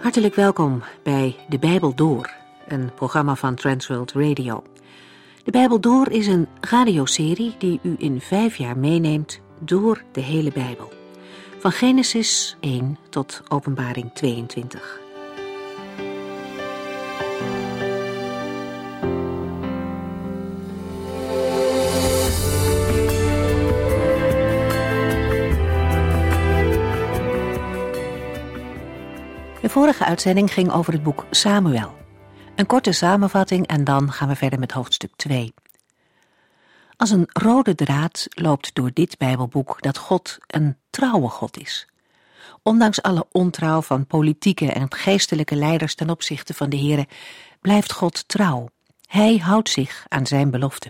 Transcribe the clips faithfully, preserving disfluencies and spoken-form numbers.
Hartelijk welkom bij De Bijbel Door, een programma van Transworld Radio. De Bijbel Door is een radioserie die u in vijf jaar meeneemt door de hele Bijbel. Van Genesis één tot Openbaring tweeëntwintig. De vorige uitzending ging over het boek Samuel. Een korte samenvatting en dan gaan we verder met hoofdstuk twee. Als een rode draad loopt door dit Bijbelboek dat God een trouwe God is. Ondanks alle ontrouw van politieke en geestelijke leiders ten opzichte van de Here, blijft God trouw. Hij houdt zich aan zijn belofte.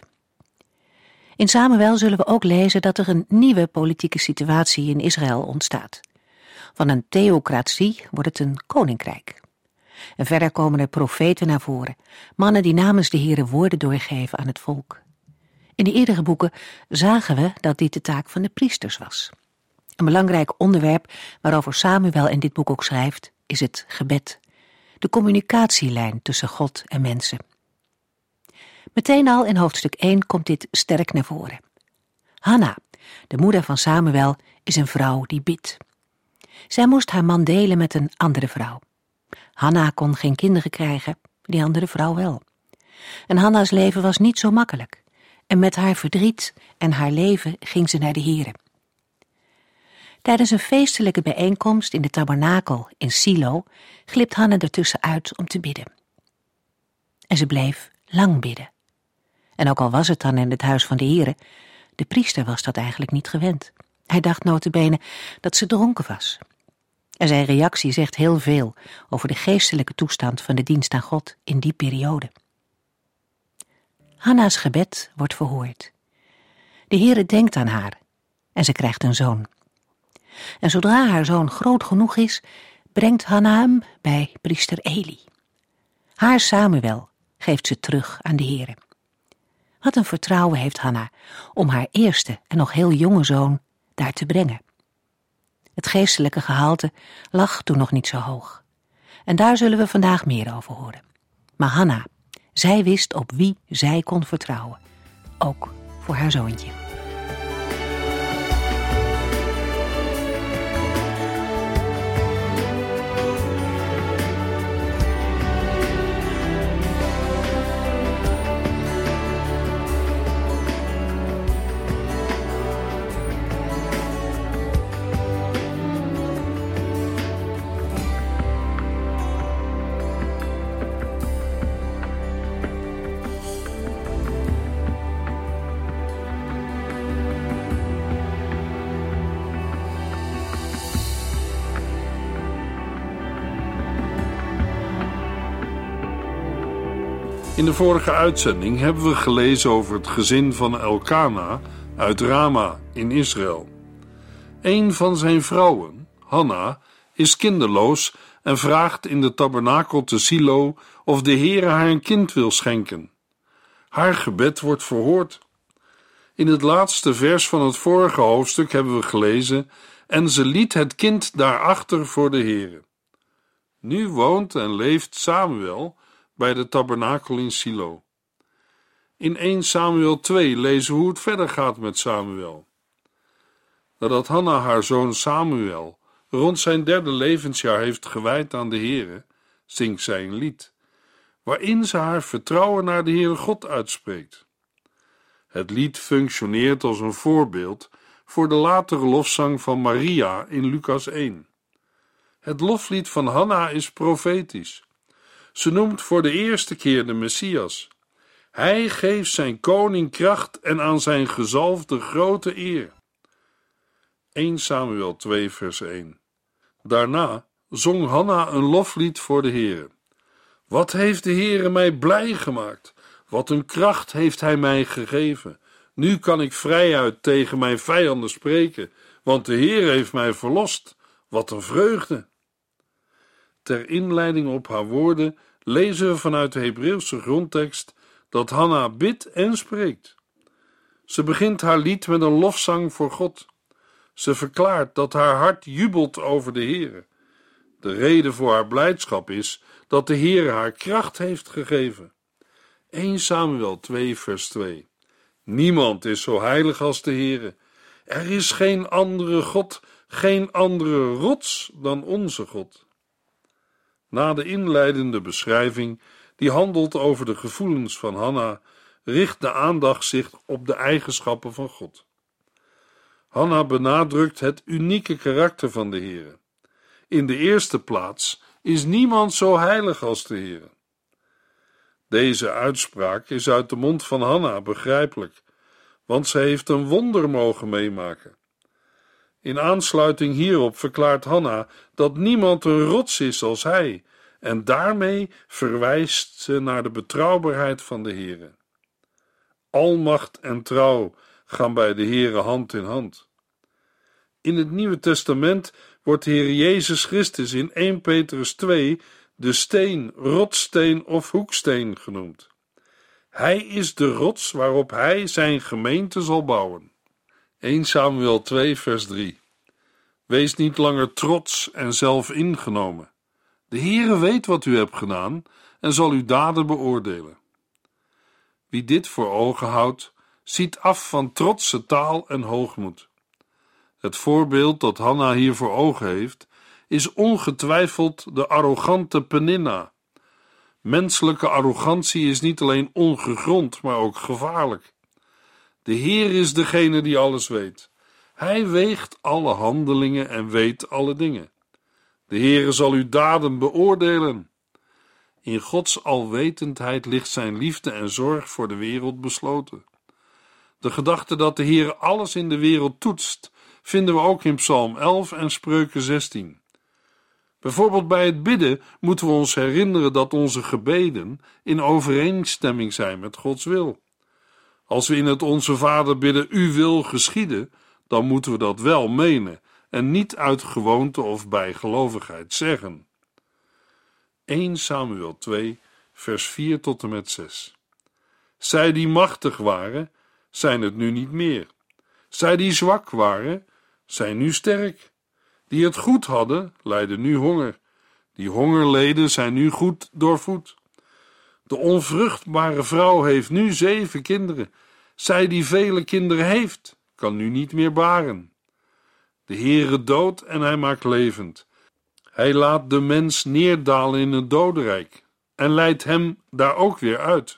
In Samuel zullen we ook lezen dat er een nieuwe politieke situatie in Israël ontstaat. Van een theocratie wordt het een koninkrijk. En verder komen er profeten naar voren, mannen die namens de Here woorden doorgeven aan het volk. In de eerdere boeken zagen we dat dit de taak van de priesters was. Een belangrijk onderwerp waarover Samuel in dit boek ook schrijft, is het gebed. De communicatielijn tussen God en mensen. Meteen al in hoofdstuk één komt dit sterk naar voren. Hanna, de moeder van Samuel, is een vrouw die bidt. Zij moest haar man delen met een andere vrouw. Hanna kon geen kinderen krijgen, die andere vrouw wel. En Hanna's leven was niet zo makkelijk. En met haar verdriet en haar leven ging ze naar de Here. Tijdens een feestelijke bijeenkomst in de tabernakel in Silo glipt Hanna ertussen uit om te bidden. En ze bleef lang bidden. En ook al was het dan in het huis van de Here, de priester was dat eigenlijk niet gewend. Hij dacht nota bene dat ze dronken was. En zijn reactie zegt heel veel over de geestelijke toestand van de dienst aan God in die periode. Hanna's gebed wordt verhoord. De Heere denkt aan haar en ze krijgt een zoon. En zodra haar zoon groot genoeg is, brengt Hanna hem bij priester Eli. Haar Samuel geeft ze terug aan de Heere. Wat een vertrouwen heeft Hanna om haar eerste en nog heel jonge zoon daar te brengen. Het geestelijke gehalte lag toen nog niet zo hoog. En daar zullen we vandaag meer over horen. Maar Hanna, zij wist op wie zij kon vertrouwen. Ook voor haar zoontje. In de vorige uitzending hebben we gelezen over het gezin van Elkana uit Rama in Israël. Een van zijn vrouwen, Hanna, is kinderloos en vraagt in de tabernakel te Silo of de Heere haar een kind wil schenken. Haar gebed wordt verhoord. In het laatste vers van het vorige hoofdstuk hebben we gelezen: en ze liet het kind daarachter voor de Heere. Nu woont en leeft Samuel bij de tabernakel in Silo. In eerste Samuel twee lezen we hoe het verder gaat met Samuel. Nadat Hanna haar zoon Samuel rond zijn derde levensjaar heeft gewijd aan de Heere, zingt zij een lied, waarin ze haar vertrouwen naar de Heere God uitspreekt. Het lied functioneert als een voorbeeld voor de latere lofzang van Maria in Lucas één. Het loflied van Hanna is profetisch. Ze noemt voor de eerste keer de Messias. Hij geeft zijn koning kracht en aan zijn gezalfde grote eer. eerste Samuel twee vers één. Daarna zong Hanna een loflied voor de Heere. Wat heeft de Heere mij blij gemaakt? Wat een kracht heeft hij mij gegeven? Nu kan ik vrijuit tegen mijn vijanden spreken, want de Heere heeft mij verlost. Wat een vreugde! Ter inleiding op haar woorden lezen we vanuit de Hebreeuwse grondtekst dat Hanna bidt en spreekt. Ze begint haar lied met een lofzang voor God. Ze verklaart dat haar hart jubelt over de Heere. De reden voor haar blijdschap is dat de Heer haar kracht heeft gegeven. Eerste Samuel twee vers twee. Niemand is zo heilig als de Heer. Er is geen andere God, geen andere rots dan onze God. Na de inleidende beschrijving, die handelt over de gevoelens van Hanna, richt de aandacht zich op de eigenschappen van God. Hanna benadrukt het unieke karakter van de Heer. In de eerste plaats is niemand zo heilig als de Heer. Deze uitspraak is uit de mond van Hanna begrijpelijk, want ze heeft een wonder mogen meemaken. In aansluiting hierop verklaart Hanna dat niemand een rots is als hij, en daarmee verwijst ze naar de betrouwbaarheid van de Heere. Almacht en trouw gaan bij de Heere hand in hand. In het Nieuwe Testament wordt de Heer Jezus Christus in Eerste Petrus twee de steen, rotssteen of hoeksteen genoemd. Hij is de rots waarop hij zijn gemeente zal bouwen. Eerste Samuel twee vers drie. Wees niet langer trots en zelfingenomen. De Heere weet wat u hebt gedaan en zal uw daden beoordelen. Wie dit voor ogen houdt, ziet af van trotse taal en hoogmoed. Het voorbeeld dat Hanna hier voor ogen heeft, is ongetwijfeld de arrogante Peninna. Menselijke arrogantie is niet alleen ongegrond, maar ook gevaarlijk. De Heer is degene die alles weet. Hij weegt alle handelingen en weet alle dingen. De Heere zal uw daden beoordelen. In Gods alwetendheid ligt zijn liefde en zorg voor de wereld besloten. De gedachte dat de Heere alles in de wereld toetst, vinden we ook in Psalm elf en Spreuken zestien. Bijvoorbeeld bij het bidden moeten we ons herinneren dat onze gebeden in overeenstemming zijn met Gods wil. Als we in het Onze Vader bidden, uw wil geschieden, dan moeten we dat wel menen en niet uit gewoonte of bijgelovigheid zeggen. Eerste Samuel twee, vers vier tot en met zes. Zij die machtig waren, zijn het nu niet meer. Zij die zwak waren, zijn nu sterk. Die het goed hadden, lijden nu honger. Die honger leden, zijn nu goed doorvoed. De onvruchtbare vrouw heeft nu zeven kinderen. Zij die vele kinderen heeft, kan nu niet meer baren. De Heere doodt en hij maakt levend. Hij laat de mens neerdalen in het dodenrijk en leidt hem daar ook weer uit.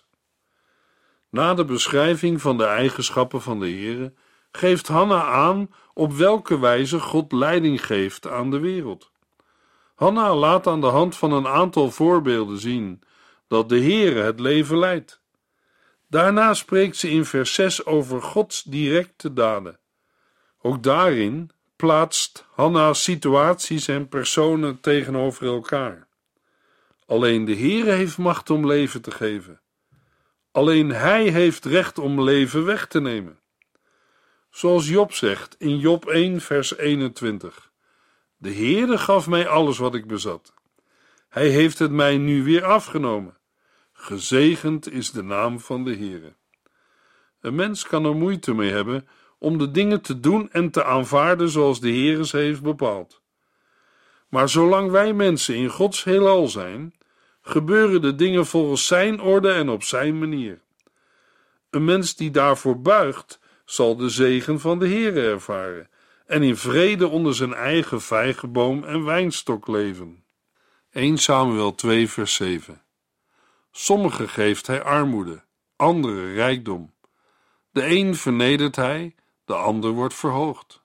Na de beschrijving van de eigenschappen van de Heere geeft Hanna aan op welke wijze God leiding geeft aan de wereld. Hanna laat aan de hand van een aantal voorbeelden zien dat de Heere het leven leidt. Daarna spreekt ze in vers zes over Gods directe daden. Ook daarin plaatst Hanna situaties en personen tegenover elkaar. Alleen de Heere heeft macht om leven te geven. Alleen hij heeft recht om leven weg te nemen. Zoals Job zegt in Job één vers eenentwintig. De Heere gaf mij alles wat ik bezat. Hij heeft het mij nu weer afgenomen. Gezegend is de naam van de Heere. Een mens kan er moeite mee hebben om de dingen te doen en te aanvaarden zoals de Heere ze heeft bepaald. Maar zolang wij mensen in Gods heelal zijn, gebeuren de dingen volgens zijn orde en op zijn manier. Een mens die daarvoor buigt, zal de zegen van de Heere ervaren en in vrede onder zijn eigen vijgenboom en wijnstok leven. Eerste Samuel twee vers zeven. Sommigen geeft hij armoede, anderen rijkdom. De een vernedert hij, de ander wordt verhoogd.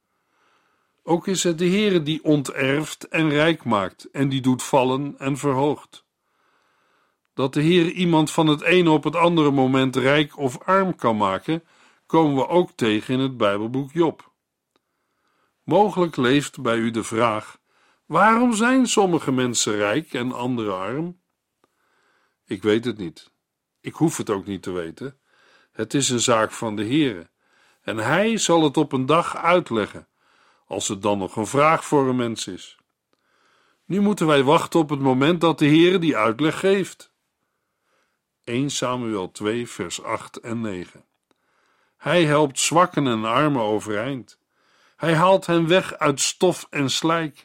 Ook is het de Heere die onterft en rijk maakt en die doet vallen en verhoogt. Dat de Heer iemand van het ene op het andere moment rijk of arm kan maken, komen we ook tegen in het Bijbelboek Job. Mogelijk leeft bij u de vraag: waarom zijn sommige mensen rijk en anderen arm? Ik weet het niet. Ik hoef het ook niet te weten. Het is een zaak van de Heere en hij zal het op een dag uitleggen, als het dan nog een vraag voor een mens is. Nu moeten wij wachten op het moment dat de Heere die uitleg geeft. Eerste Samuel twee vers acht en negen. Hij helpt zwakken en armen overeind. Hij haalt hen weg uit stof en slijk.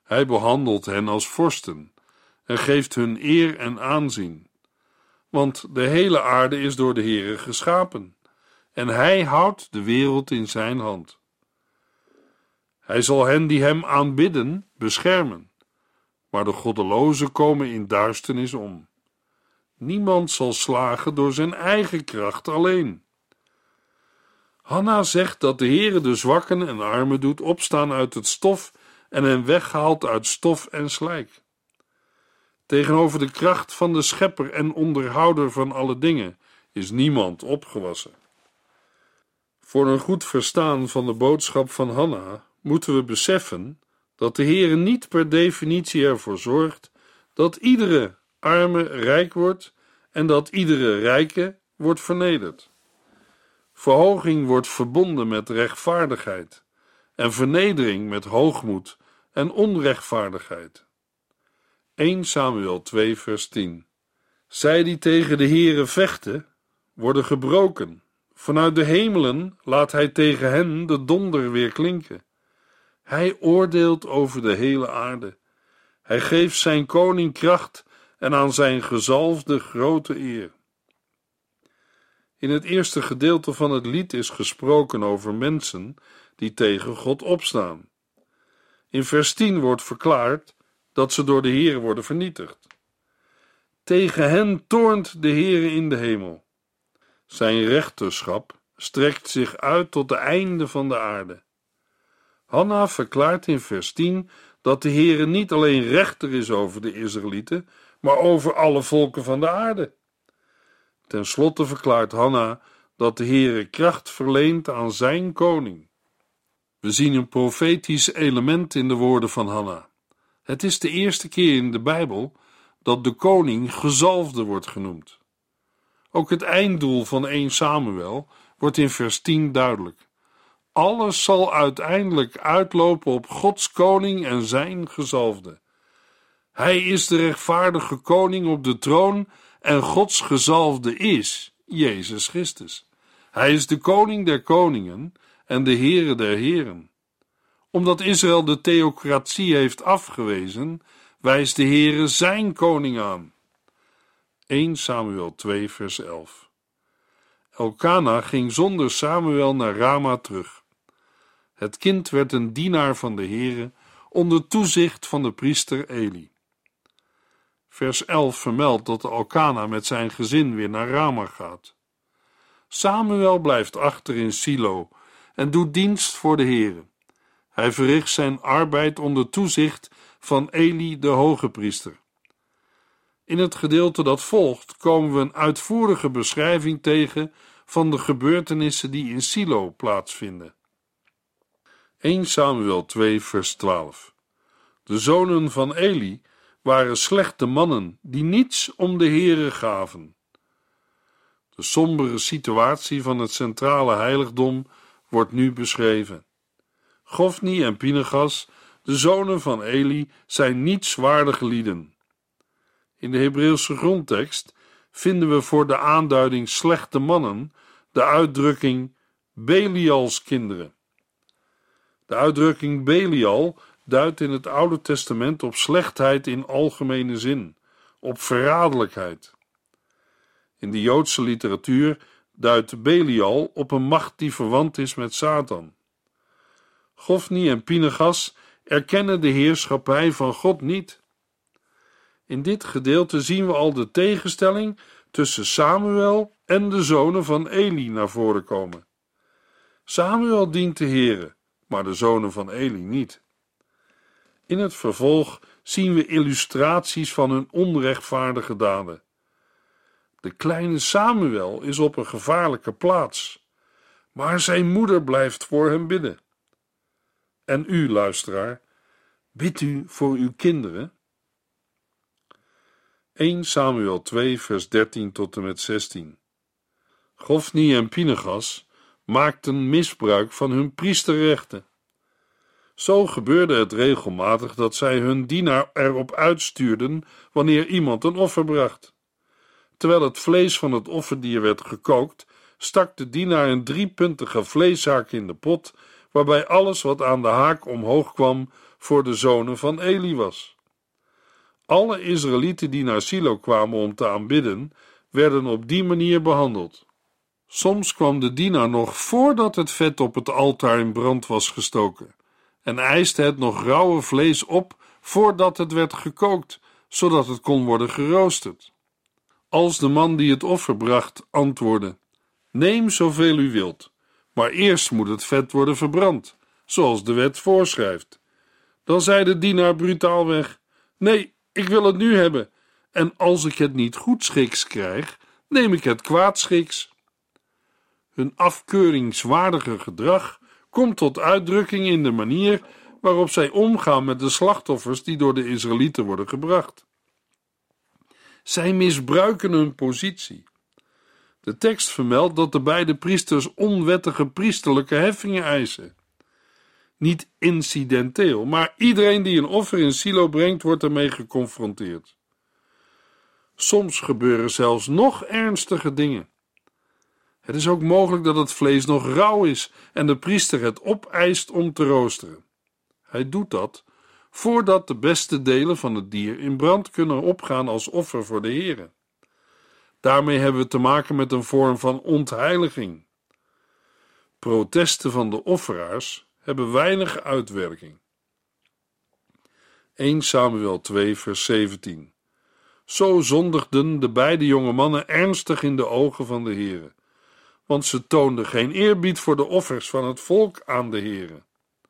Hij behandelt hen als vorsten en geeft hun eer en aanzien. Want de hele aarde is door de Heere geschapen en hij houdt de wereld in zijn hand. Hij zal hen die hem aanbidden beschermen, maar de goddelozen komen in duisternis om. Niemand zal slagen door zijn eigen kracht alleen. Hanna zegt dat de Heere de zwakken en armen doet opstaan uit het stof en hen weghaalt uit stof en slijk. Tegenover de kracht van de schepper en onderhouder van alle dingen is niemand opgewassen. Voor een goed verstaan van de boodschap van Hanna moeten we beseffen dat de Heere niet per definitie ervoor zorgt dat iedere arme rijk wordt en dat iedere rijke wordt vernederd. Verhoging wordt verbonden met rechtvaardigheid en vernedering met hoogmoed en onrechtvaardigheid. Eerste Samuel twee vers tien. Zij die tegen de Heere vechten, worden gebroken. Vanuit de hemelen laat hij tegen hen de donder weer klinken. Hij oordeelt over de hele aarde. Hij geeft zijn koning kracht en aan zijn gezalfde grote eer. In het eerste gedeelte van het lied is gesproken over mensen die tegen God opstaan. In vers tien wordt verklaard dat ze door de Heere worden vernietigd. Tegen hen toornt de Heere in de hemel. Zijn rechterschap strekt zich uit tot de einde van de aarde. Hanna verklaart in vers tien dat de Heere niet alleen rechter is over de Israëlieten, maar over alle volken van de aarde. Ten slotte verklaart Hanna dat de Heere kracht verleent aan zijn koning. We zien een profetisch element in de woorden van Hanna. Het is de eerste keer in de Bijbel dat de koning gezalfde wordt genoemd. Ook het einddoel van Eerste Samuel wordt in vers tien duidelijk. Alles zal uiteindelijk uitlopen op Gods koning en zijn gezalfde. Hij is de rechtvaardige koning op de troon en Gods gezalfde is Jezus Christus. Hij is de koning der koningen en de Heere der heren. Omdat Israël de theocratie heeft afgewezen, wijst de Heere zijn koning aan. Eerste Samuel twee vers elf. Elkana ging zonder Samuel naar Rama terug. Het kind werd een dienaar van de Heere onder toezicht van de priester Eli. Vers elf vermeldt dat Elkana met zijn gezin weer naar Rama gaat. Samuel blijft achter in Silo en doet dienst voor de Heere. Hij verricht zijn arbeid onder toezicht van Eli de hoge priester. In het gedeelte dat volgt komen we een uitvoerige beschrijving tegen van de gebeurtenissen die in Silo plaatsvinden. Eerste Samuel twee vers twaalf. De zonen van Eli waren slechte mannen die niets om de Heere gaven. De sombere situatie van het centrale heiligdom wordt nu beschreven. Gofni en Pinchas, de zonen van Eli, zijn nietswaardige lieden. In de Hebreeuwse grondtekst vinden we voor de aanduiding slechte mannen de uitdrukking Belials kinderen. De uitdrukking Belial duidt in het Oude Testament op slechtheid in algemene zin, op verraderlijkheid. In de Joodse literatuur duidt Belial op een macht die verwant is met Satan. Gofni en Pinchas erkennen de heerschappij van God niet. In dit gedeelte zien we al de tegenstelling tussen Samuel en de zonen van Eli naar voren komen. Samuel dient de Heere, maar de zonen van Eli niet. In het vervolg zien we illustraties van hun onrechtvaardige daden. De kleine Samuel is op een gevaarlijke plaats, maar zijn moeder blijft voor hem bidden. En u, luisteraar, bidt u voor uw kinderen? Eerste Samuel twee vers dertien tot en met zestien. Gofni en Pinchas maakten misbruik van hun priesterrechten. Zo gebeurde het regelmatig dat zij hun dienaar erop uitstuurden wanneer iemand een offer bracht. Terwijl het vlees van het offerdier werd gekookt, stak de dienaar een driepuntige vleeshaak in de pot, waarbij alles wat aan de haak omhoog kwam voor de zonen van Eli was. Alle Israëlieten die naar Silo kwamen om te aanbidden, werden op die manier behandeld. Soms kwam de dienaar nog voordat het vet op het altaar in brand was gestoken en eiste het nog rauwe vlees op voordat het werd gekookt, zodat het kon worden geroosterd. Als de man die het offer bracht antwoordde: neem zoveel u wilt, maar eerst moet het vet worden verbrand, zoals de wet voorschrijft. Dan zei de dienaar brutaalweg: nee, ik wil het nu hebben, en als ik het niet goedschiks krijg, neem ik het kwaadschiks. Hun afkeuringswaardige gedrag komt tot uitdrukking in de manier waarop zij omgaan met de slachtoffers die door de Israëlieten worden gebracht. Zij misbruiken hun positie. De tekst vermeldt dat de beide priesters onwettige priesterlijke heffingen eisen. Niet incidenteel, maar iedereen die een offer in Silo brengt, wordt ermee geconfronteerd. Soms gebeuren zelfs nog ernstige dingen. Het is ook mogelijk dat het vlees nog rauw is en de priester het opeist om te roosteren. Hij doet dat voordat de beste delen van het dier in brand kunnen opgaan als offer voor de Here. Daarmee hebben we te maken met een vorm van ontheiliging. Protesten van de offeraars hebben weinig uitwerking. Eerste Samuel twee vers zeventien. Zo zondigden de beide jonge mannen ernstig in de ogen van de Here, want ze toonden geen eerbied voor de offers van het volk aan de Here.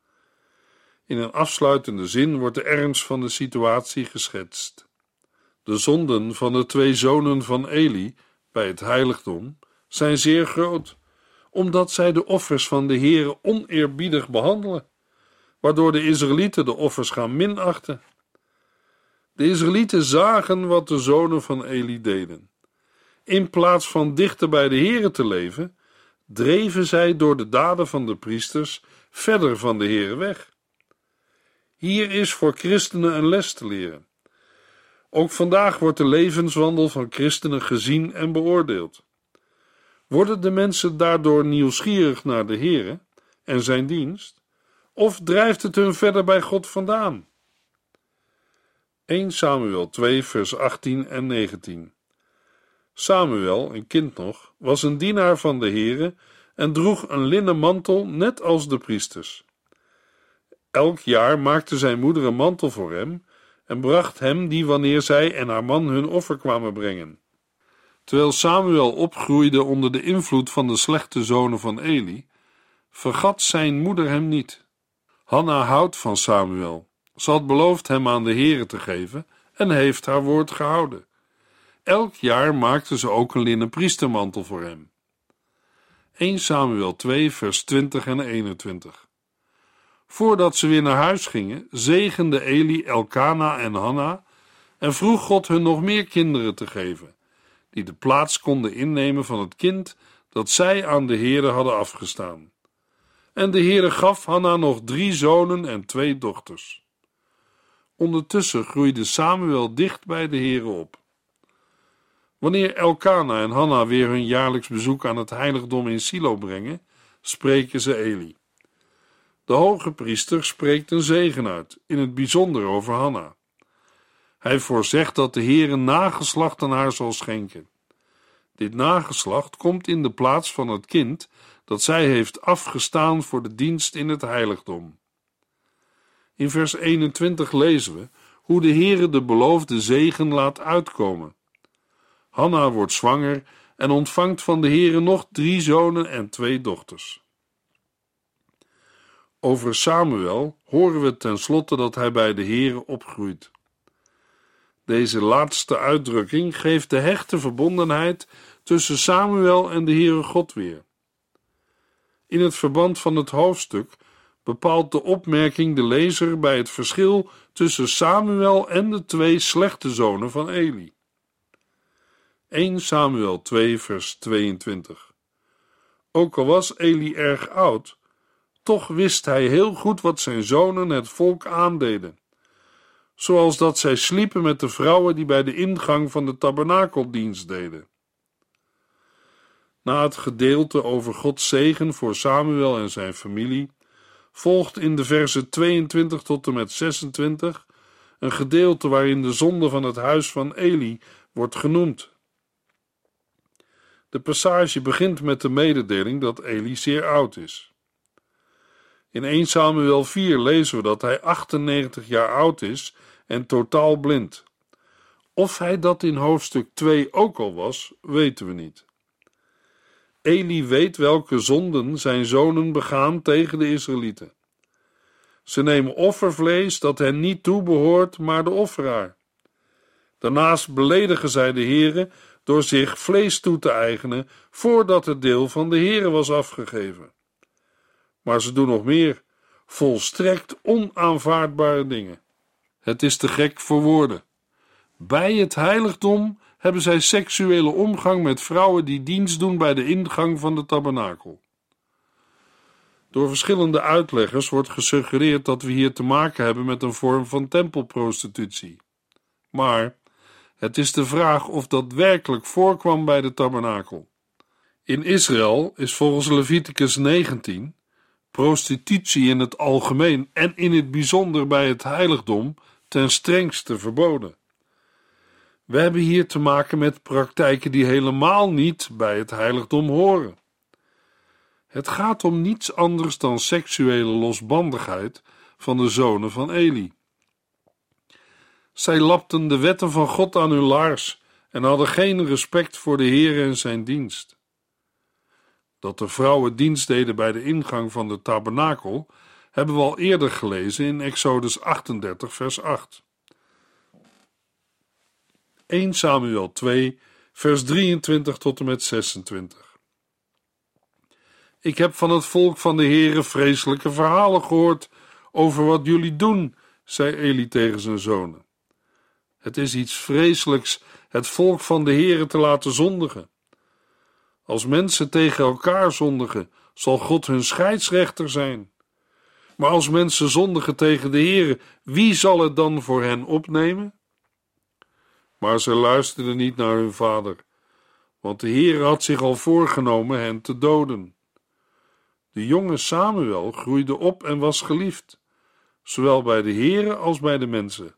In een afsluitende zin wordt de ernst van de situatie geschetst. De zonden van de twee zonen van Eli bij het heiligdom zijn zeer groot, omdat zij de offers van de Here oneerbiedig behandelen, waardoor de Israëlieten de offers gaan minachten. De Israëlieten zagen wat de zonen van Eli deden. In plaats van dichter bij de Here te leven, dreven zij door de daden van de priesters verder van de Here weg. Hier is voor christenen een les te leren. Ook vandaag wordt de levenswandel van christenen gezien en beoordeeld. Worden de mensen daardoor nieuwsgierig naar de Here en zijn dienst, of drijft het hun verder bij God vandaan? Eerste Samuel twee vers achttien en negentien. Samuel, een kind nog, was een dienaar van de Here en droeg een linnen mantel net als de priesters. Elk jaar maakte zijn moeder een mantel voor hem en bracht hem die wanneer zij en haar man hun offer kwamen brengen. Terwijl Samuel opgroeide onder de invloed van de slechte zonen van Eli, vergat zijn moeder hem niet. Hanna houdt van Samuel. Ze had beloofd hem aan de Here te geven en heeft haar woord gehouden. Elk jaar maakte ze ook een linnen priestermantel voor hem. Eerste Samuel twee vers twintig en eenentwintig. Voordat ze weer naar huis gingen, zegende Eli Elkana en Hanna en vroeg God hun nog meer kinderen te geven, die de plaats konden innemen van het kind dat zij aan de Here hadden afgestaan. En de Here gaf Hanna nog drie zonen en twee dochters. Ondertussen groeide Samuel dicht bij de Here op. Wanneer Elkana en Hanna weer hun jaarlijks bezoek aan het heiligdom in Silo brengen, spreken ze Eli. De hoge priester spreekt een zegen uit, in het bijzonder over Hanna. Hij voorzegt dat de Heer een nageslacht aan haar zal schenken. Dit nageslacht komt in de plaats van het kind dat zij heeft afgestaan voor de dienst in het heiligdom. In vers eenentwintig lezen we hoe de Heere de beloofde zegen laat uitkomen. Hanna wordt zwanger en ontvangt van de Heere nog drie zonen en twee dochters. Over Samuel horen we tenslotte dat hij bij de Heere opgroeit. Deze laatste uitdrukking geeft de hechte verbondenheid tussen Samuel en de Heere God weer. In het verband van het hoofdstuk bepaalt de opmerking de lezer bij het verschil tussen Samuel en de twee slechte zonen van Eli. Eerste Samuel twee vers tweeëntwintig. Ook al was Eli erg oud, toch wist hij heel goed wat zijn zonen het volk aandeden, zoals dat zij sliepen met de vrouwen die bij de ingang van de tabernakeldienst deden. Na het gedeelte over Gods zegen voor Samuel en zijn familie, volgt in de versen tweeëntwintig tot en met zesentwintig een gedeelte waarin de zonde van het huis van Eli wordt genoemd. De passage begint met de mededeling dat Eli zeer oud is. In eerste Samuel vier lezen we dat hij achtennegentig jaar oud is en totaal blind. Of hij dat in hoofdstuk twee ook al was, weten we niet. Eli weet welke zonden zijn zonen begaan tegen de Israëlieten. Ze nemen offervlees dat hen niet toebehoort, maar de offeraar. Daarnaast beledigen zij de Heere door zich vlees toe te eigenen voordat het deel van de Heere was afgegeven. Maar ze doen nog meer, volstrekt onaanvaardbare dingen. Het is te gek voor woorden. Bij het heiligdom hebben zij seksuele omgang met vrouwen die dienst doen bij de ingang van de tabernakel. Door verschillende uitleggers wordt gesuggereerd dat we hier te maken hebben met een vorm van tempelprostitutie. Maar het is de vraag of dat werkelijk voorkwam bij de tabernakel. In Israël is volgens Leviticus negentien prostitutie in het algemeen en in het bijzonder bij het heiligdom ten strengste verboden. We hebben hier te maken met praktijken die helemaal niet bij het heiligdom horen. Het gaat om niets anders dan seksuele losbandigheid van de zonen van Eli. Zij lapten de wetten van God aan hun laars en hadden geen respect voor de Heer en zijn dienst. Dat de vrouwen dienst deden bij de ingang van de tabernakel, hebben we al eerder gelezen in Exodus achtendertig vers acht. eerste Samuel twee vers drieëntwintig tot en met zesentwintig. Ik heb van het volk van de Heere vreselijke verhalen gehoord over wat jullie doen, zei Eli tegen zijn zonen. Het is iets vreselijks het volk van de Heere te laten zondigen. Als mensen tegen elkaar zondigen, zal God hun scheidsrechter zijn. Maar als mensen zondigen tegen de Heere, wie zal het dan voor hen opnemen? Maar ze luisterden niet naar hun vader, want de Heere had zich al voorgenomen hen te doden. De jonge Samuel groeide op en was geliefd, zowel bij de Heere als bij de mensen.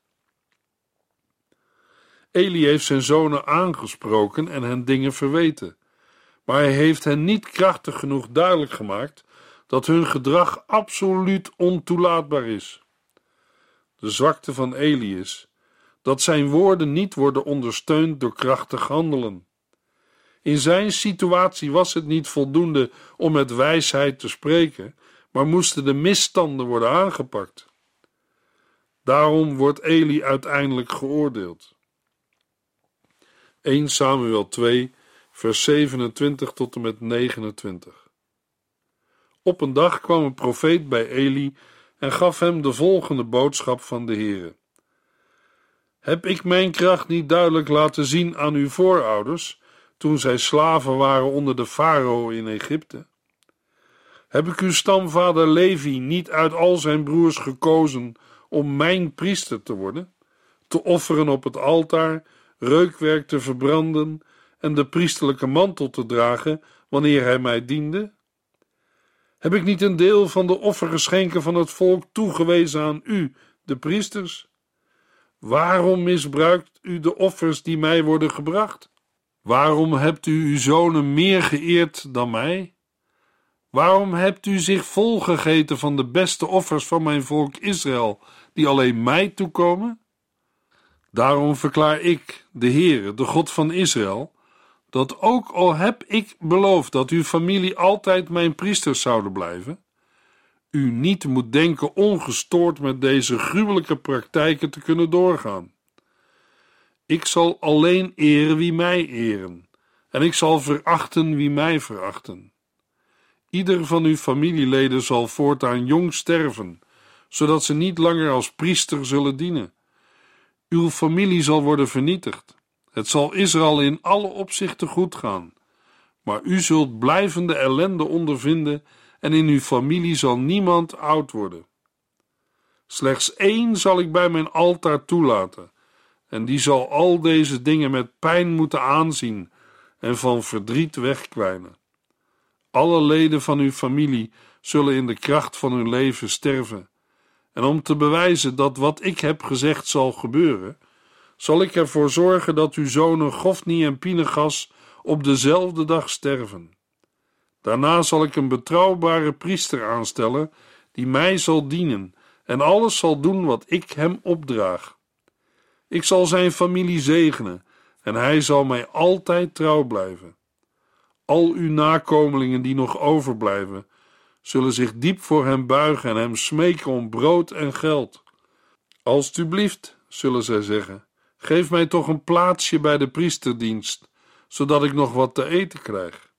Eli heeft zijn zonen aangesproken en hen dingen verweten, maar hij heeft hen niet krachtig genoeg duidelijk gemaakt dat hun gedrag absoluut ontoelaatbaar is. De zwakte van Eli is dat zijn woorden niet worden ondersteund door krachtig handelen. In zijn situatie was het niet voldoende om met wijsheid te spreken, maar moesten de misstanden worden aangepakt. Daarom wordt Eli uiteindelijk geoordeeld. eerste Samuel twee, vers zevenentwintig tot en met negenentwintig. Op een dag kwam een profeet bij Eli en gaf hem de volgende boodschap van de Heere. Heb ik mijn kracht niet duidelijk laten zien aan uw voorouders, toen zij slaven waren onder de farao in Egypte? Heb ik uw stamvader Levi niet uit al zijn broers gekozen om mijn priester te worden, te offeren op het altaar, reukwerk te verbranden en de priesterlijke mantel te dragen wanneer hij mij diende? Heb ik niet een deel van de offergeschenken van het volk toegewezen aan u, de priesters? Waarom misbruikt u de offers die mij worden gebracht? Waarom hebt u uw zonen meer geëerd dan mij? Waarom hebt u zich volgegeten van de beste offers van mijn volk Israël, die alleen mij toekomen? Daarom verklaar ik, de Heere, de God van Israël, dat ook al heb ik beloofd dat uw familie altijd mijn priesters zouden blijven, u niet moet denken ongestoord met deze gruwelijke praktijken te kunnen doorgaan. Ik zal alleen eren wie mij eren, en ik zal verachten wie mij verachten. Ieder van uw familieleden zal voortaan jong sterven, zodat ze niet langer als priester zullen dienen. Uw familie zal worden vernietigd. Het zal Israël in alle opzichten goed gaan, maar u zult blijvende ellende ondervinden en in uw familie zal niemand oud worden. Slechts één zal ik bij mijn altaar toelaten, en die zal al deze dingen met pijn moeten aanzien en van verdriet wegkwijnen. Alle leden van uw familie zullen in de kracht van hun leven sterven. En om te bewijzen dat wat ik heb gezegd zal gebeuren, zal ik ervoor zorgen dat uw zonen Gofni en Pinegas op dezelfde dag sterven. Daarna zal ik een betrouwbare priester aanstellen die mij zal dienen en alles zal doen wat ik hem opdraag. Ik zal zijn familie zegenen en hij zal mij altijd trouw blijven. Al uw nakomelingen die nog overblijven, zullen zich diep voor hem buigen en hem smeken om brood en geld. Alstublieft, zullen zij zeggen, geef mij toch een plaatsje bij de priesterdienst, zodat ik nog wat te eten krijg.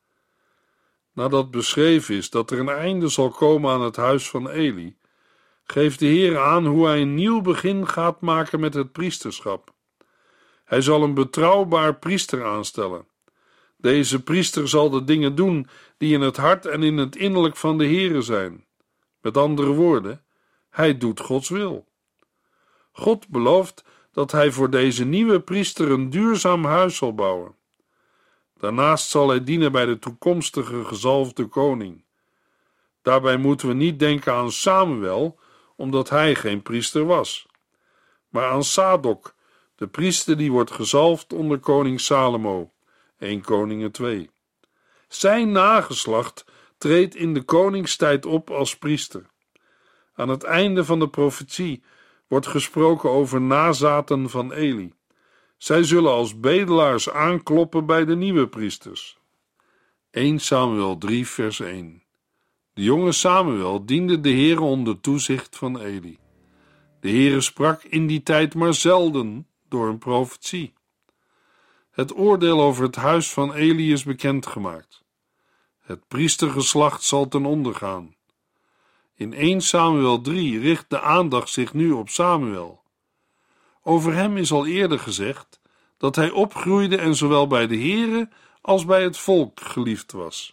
Nadat beschreven is dat er een einde zal komen aan het huis van Eli, geeft de Heer aan hoe hij een nieuw begin gaat maken met het priesterschap. Hij zal een betrouwbaar priester aanstellen. Deze priester zal de dingen doen die in het hart en in het innerlijk van de Heere zijn. Met andere woorden, hij doet Gods wil. God belooft dat hij voor deze nieuwe priester een duurzaam huis zal bouwen. Daarnaast zal hij dienen bij de toekomstige gezalfde koning. Daarbij moeten we niet denken aan Samuel, omdat hij geen priester was, maar aan Sadok, de priester die wordt gezalfd onder koning Salomo, Eerste Koningen twee. Zijn nageslacht treedt in de koningstijd op als priester. Aan het einde van de profetie wordt gesproken over nazaten van Eli. Zij zullen als bedelaars aankloppen bij de nieuwe priesters. Eerste Samuel drie vers één. De jonge Samuel diende de Heere onder toezicht van Eli. De Heere sprak in die tijd maar zelden door een profetie. Het oordeel over het huis van Eli is bekendgemaakt. Het priestergeslacht zal ten onder gaan. In Eerste Samuel drie richt de aandacht zich nu op Samuel. Over hem is al eerder gezegd dat hij opgroeide en zowel bij de Heere als bij het volk geliefd was.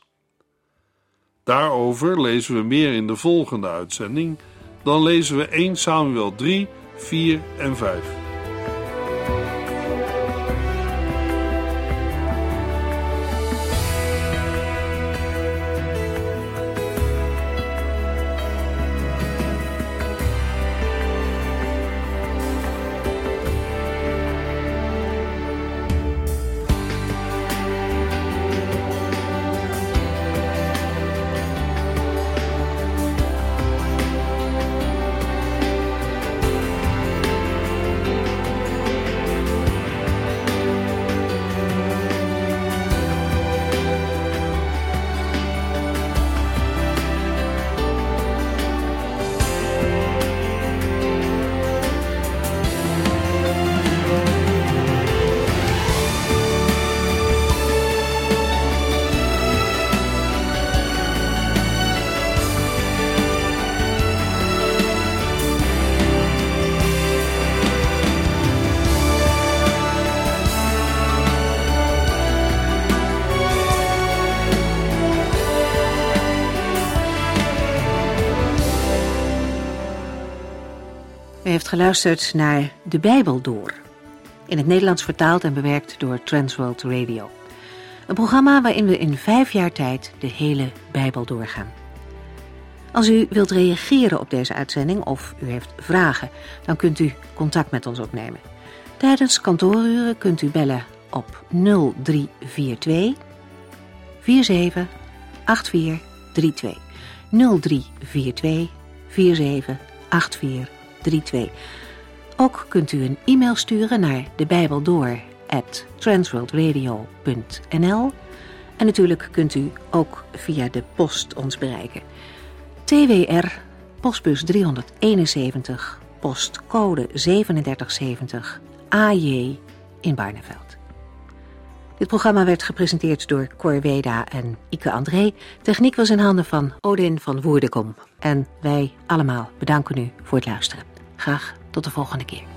Daarover lezen we meer in de volgende uitzending. Dan lezen we Eerste Samuel drie, vier en vijf. U heeft geluisterd naar De Bijbel Door, in het Nederlands vertaald en bewerkt door Transworld Radio. Een programma waarin we in vijf jaar tijd de hele Bijbel doorgaan. Als u wilt reageren op deze uitzending of u heeft vragen, dan kunt u contact met ons opnemen. Tijdens kantooruren kunt u bellen op nul drie vier twee, vier zeven acht vier drie twee. nul drie vier twee, vier zeven acht vier drie twee. Ook kunt u een e-mail sturen naar debijbeldoor at transworldradio punt n l en natuurlijk kunt u ook via de post ons bereiken. T W R, postbus driehonderdeenenzeventig, postcode zevenendertig zeventig, A J in Barneveld. Dit programma werd gepresenteerd door Cor Weda en Ike André. Techniek was in handen van Odin van Woerdekom. En wij allemaal bedanken u voor het luisteren. Graag tot de volgende keer.